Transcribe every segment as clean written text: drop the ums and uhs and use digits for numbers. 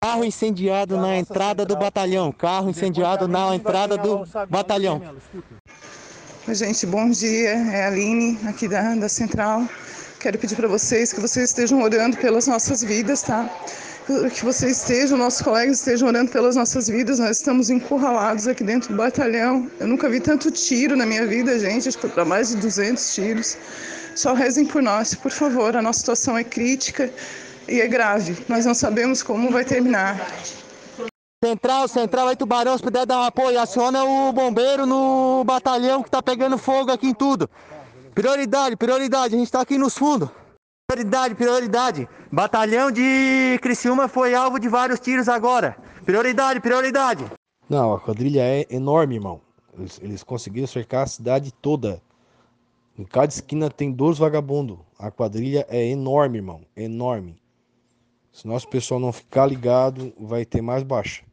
Carro incendiado na entrada do batalhão. Carro incendiado na entrada do batalhão. Oi, gente, bom dia. É a Aline, aqui da Central. Quero pedir para vocês que vocês estejam orando pelas nossas vidas, tá? Que vocês estejam, nossos colegas estejam orando pelas nossas vidas. Nós estamos encurralados aqui dentro do batalhão. Eu nunca vi tanto tiro na minha vida, gente. Acho que para mais de 200 tiros. Só rezem por nós, por favor. A nossa situação é crítica e é grave. Nós não sabemos como vai terminar. Central aí, Tubarão, se puder dar um apoio, aciona o bombeiro no batalhão que tá pegando fogo aqui em tudo. Prioridade, a gente tá aqui nos fundos. Prioridade. Batalhão de Criciúma foi alvo de vários tiros agora. Prioridade. Não, a quadrilha é enorme, irmão. Eles conseguiram cercar a cidade toda. Em cada esquina tem 2 vagabundos. A quadrilha é enorme, irmão. Enorme. Se nosso pessoal não ficar ligado, vai ter mais baixa.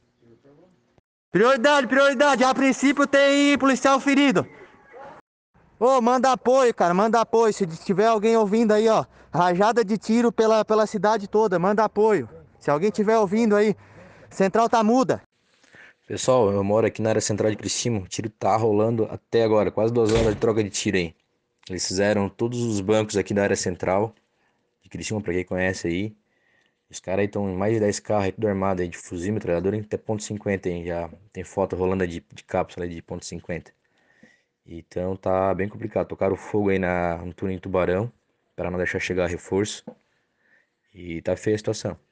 Prioridade. A princípio tem policial ferido. Ô, manda apoio, cara, manda apoio. Se tiver alguém ouvindo aí, ó, rajada de tiro pela cidade toda, manda apoio. Se alguém tiver ouvindo aí, Central tá muda. Pessoal, eu moro aqui na área central de Criciúma, o tiro tá rolando até agora, quase 2 horas de troca de tiro aí. Eles fizeram todos os bancos aqui da área central de Criciúma, pra quem conhece aí. Os caras aí estão em mais de 10 carros aí, tudo armado aí, de fuzil, metralhadora e até ponto .50 aí, já tem foto rolando aí de cápsula aí de ponto .50. Então tá bem complicado, tocaram fogo aí no túnel em Tubarão, para não deixar chegar reforço, e tá feia a situação.